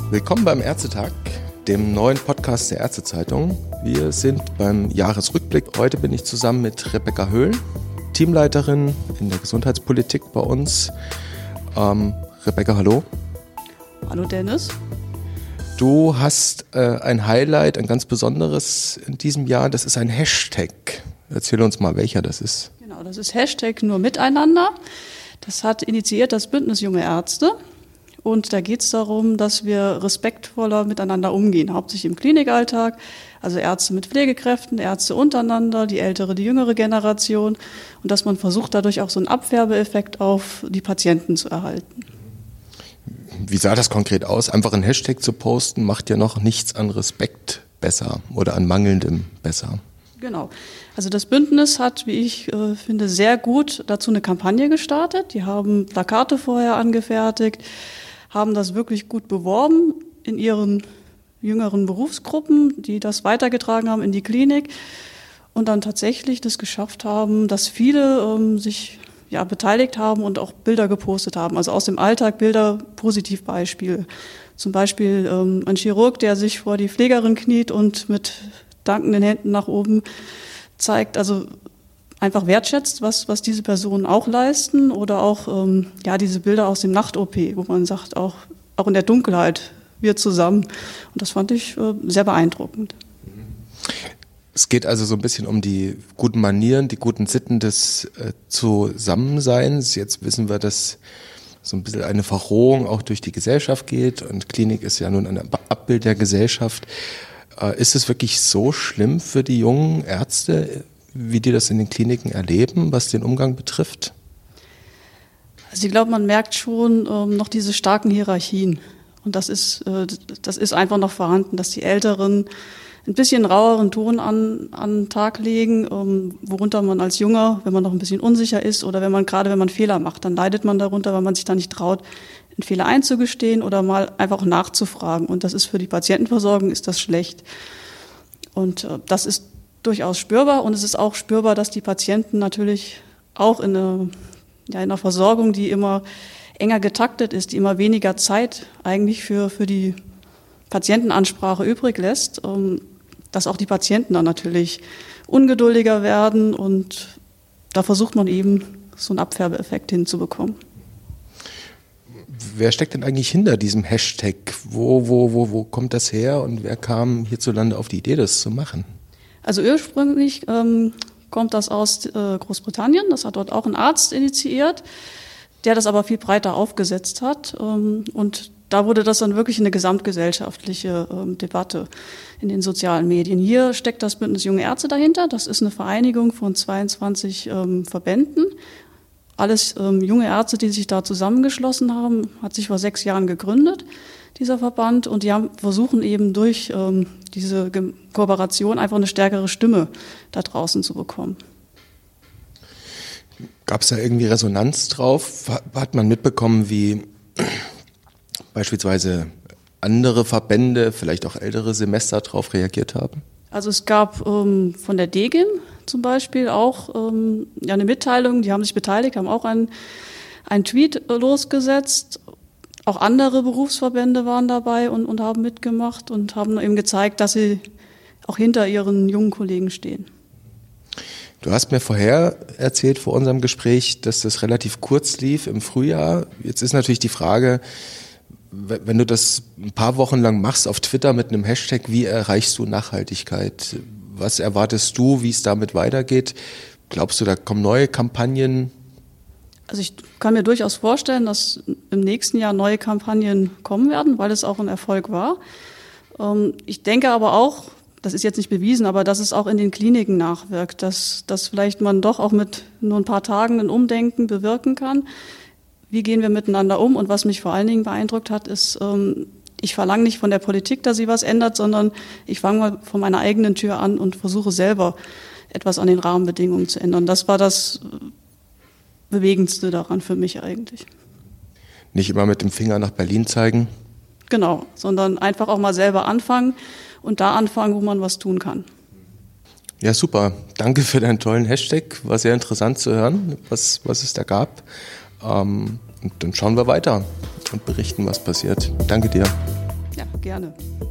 Willkommen beim Ärztetag, dem neuen Podcast der Ärztezeitung. Wir sind beim Jahresrückblick. Heute bin ich zusammen mit Rebecca Höhl, Teamleiterin in der Gesundheitspolitik bei uns. Rebecca, hallo. Hallo Dennis. Du hast ein Highlight, ein ganz besonderes in diesem Jahr. Das ist ein Hashtag. Erzähl uns mal, welcher das ist. Genau, das ist Hashtag nur miteinander. Das hat initiiert das Bündnis Junge Ärzte. Und da geht es darum, dass wir respektvoller miteinander umgehen, hauptsächlich im Klinikalltag. Also Ärzte mit Pflegekräften, Ärzte untereinander, die ältere, die jüngere Generation. Und dass man versucht, dadurch auch so einen Abfärbeeffekt auf die Patienten zu erhalten. Wie sah das konkret aus? Einfach einen Hashtag zu posten, macht ja noch nichts an Respekt besser oder an mangelndem besser. Genau. Also das Bündnis hat, wie ich finde, sehr gut dazu eine Kampagne gestartet. Die haben Plakate vorher angefertigt, haben das wirklich gut beworben in ihren jüngeren Berufsgruppen, die das weitergetragen haben in die Klinik und dann tatsächlich das geschafft haben, dass viele sich beteiligt haben und auch Bilder gepostet haben. Also aus dem Alltag Bilder, Positivbeispiele. Zum Beispiel ein Chirurg, der sich vor die Pflegerin kniet und mit dankenden Händen nach oben zeigt, also einfach wertschätzt, was diese Personen auch leisten, oder auch diese Bilder aus dem Nacht-OP, wo man sagt, auch in der Dunkelheit, wir zusammen. Und das fand ich sehr beeindruckend. Es geht also so ein bisschen um die guten Manieren, die guten Sitten des Zusammenseins. Jetzt wissen wir, dass so ein bisschen eine Verrohung auch durch die Gesellschaft geht und Klinik ist ja nun ein Abbild der Gesellschaft. Ist es wirklich so schlimm für die jungen Ärzte, wie die das in den Kliniken erleben, was den Umgang betrifft? Also ich glaube, man merkt schon noch diese starken Hierarchien. Und das ist einfach noch vorhanden, dass die Älteren ein bisschen raueren Ton an den Tag legen, worunter man als Junger, wenn man noch ein bisschen unsicher ist oder wenn man Fehler macht, dann leidet man darunter, weil man sich da nicht traut, einen Fehler einzugestehen oder mal einfach nachzufragen. Und das ist für die Patientenversorgung ist das schlecht. Und das ist durchaus spürbar. Und es ist auch spürbar, dass die Patienten natürlich auch in einer Versorgung, die immer enger getaktet ist, die immer weniger Zeit eigentlich für die Patientenansprache übrig lässt, dass auch die Patienten dann natürlich ungeduldiger werden. Und da versucht man eben, so einen Abfärbeeffekt hinzubekommen. Wer steckt denn eigentlich hinter diesem Hashtag? Wo kommt das her und wer kam hierzulande auf die Idee, das zu machen? Also ursprünglich kommt das aus Großbritannien. Das hat dort auch ein Arzt initiiert, der das aber viel breiter aufgesetzt hat. Und da wurde das dann wirklich eine gesamtgesellschaftliche Debatte in den sozialen Medien. Hier steckt das Bündnis Junge Ärzte dahinter. Das ist eine Vereinigung von 22 Verbänden. Alles junge Ärzte, die sich da zusammengeschlossen haben, hat sich vor 6 Jahren gegründet, dieser Verband. Und die versuchen eben durch diese Kooperation einfach eine stärkere Stimme da draußen zu bekommen. Gab es da irgendwie Resonanz drauf? Hat man mitbekommen, wie beispielsweise andere Verbände, vielleicht auch ältere Semester darauf reagiert haben? Also es gab von der DGIM zum Beispiel auch eine Mitteilung, die haben sich beteiligt, haben auch einen Tweet losgesetzt. Auch andere Berufsverbände waren dabei und haben mitgemacht und haben eben gezeigt, dass sie auch hinter ihren jungen Kollegen stehen. Du hast mir vorher erzählt, vor unserem Gespräch, dass das relativ kurz lief im Frühjahr. Jetzt ist natürlich die Frage, wenn du das ein paar Wochen lang machst auf Twitter mit einem Hashtag, wie erreichst du Nachhaltigkeit? Was erwartest du, wie es damit weitergeht? Glaubst du, da kommen neue Kampagnen? Also ich kann mir durchaus vorstellen, dass im nächsten Jahr neue Kampagnen kommen werden, weil es auch ein Erfolg war. Ich denke aber auch, das ist jetzt nicht bewiesen, aber dass es auch in den Kliniken nachwirkt, dass vielleicht man doch auch mit nur ein paar Tagen ein Umdenken bewirken kann. Wie gehen wir miteinander um? Und was mich vor allen Dingen beeindruckt hat, ist, ich verlange nicht von der Politik, dass sie was ändert, sondern ich fange mal von meiner eigenen Tür an und versuche selber etwas an den Rahmenbedingungen zu ändern. Das war das Bewegendste daran für mich eigentlich. Nicht immer mit dem Finger nach Berlin zeigen? Genau, sondern einfach auch mal selber anfangen und da anfangen, wo man was tun kann. Ja, super. Danke für deinen tollen Hashtag. War sehr interessant zu hören, was es da gab. Und dann schauen wir weiter und berichten, was passiert. Danke dir. Ja, gerne.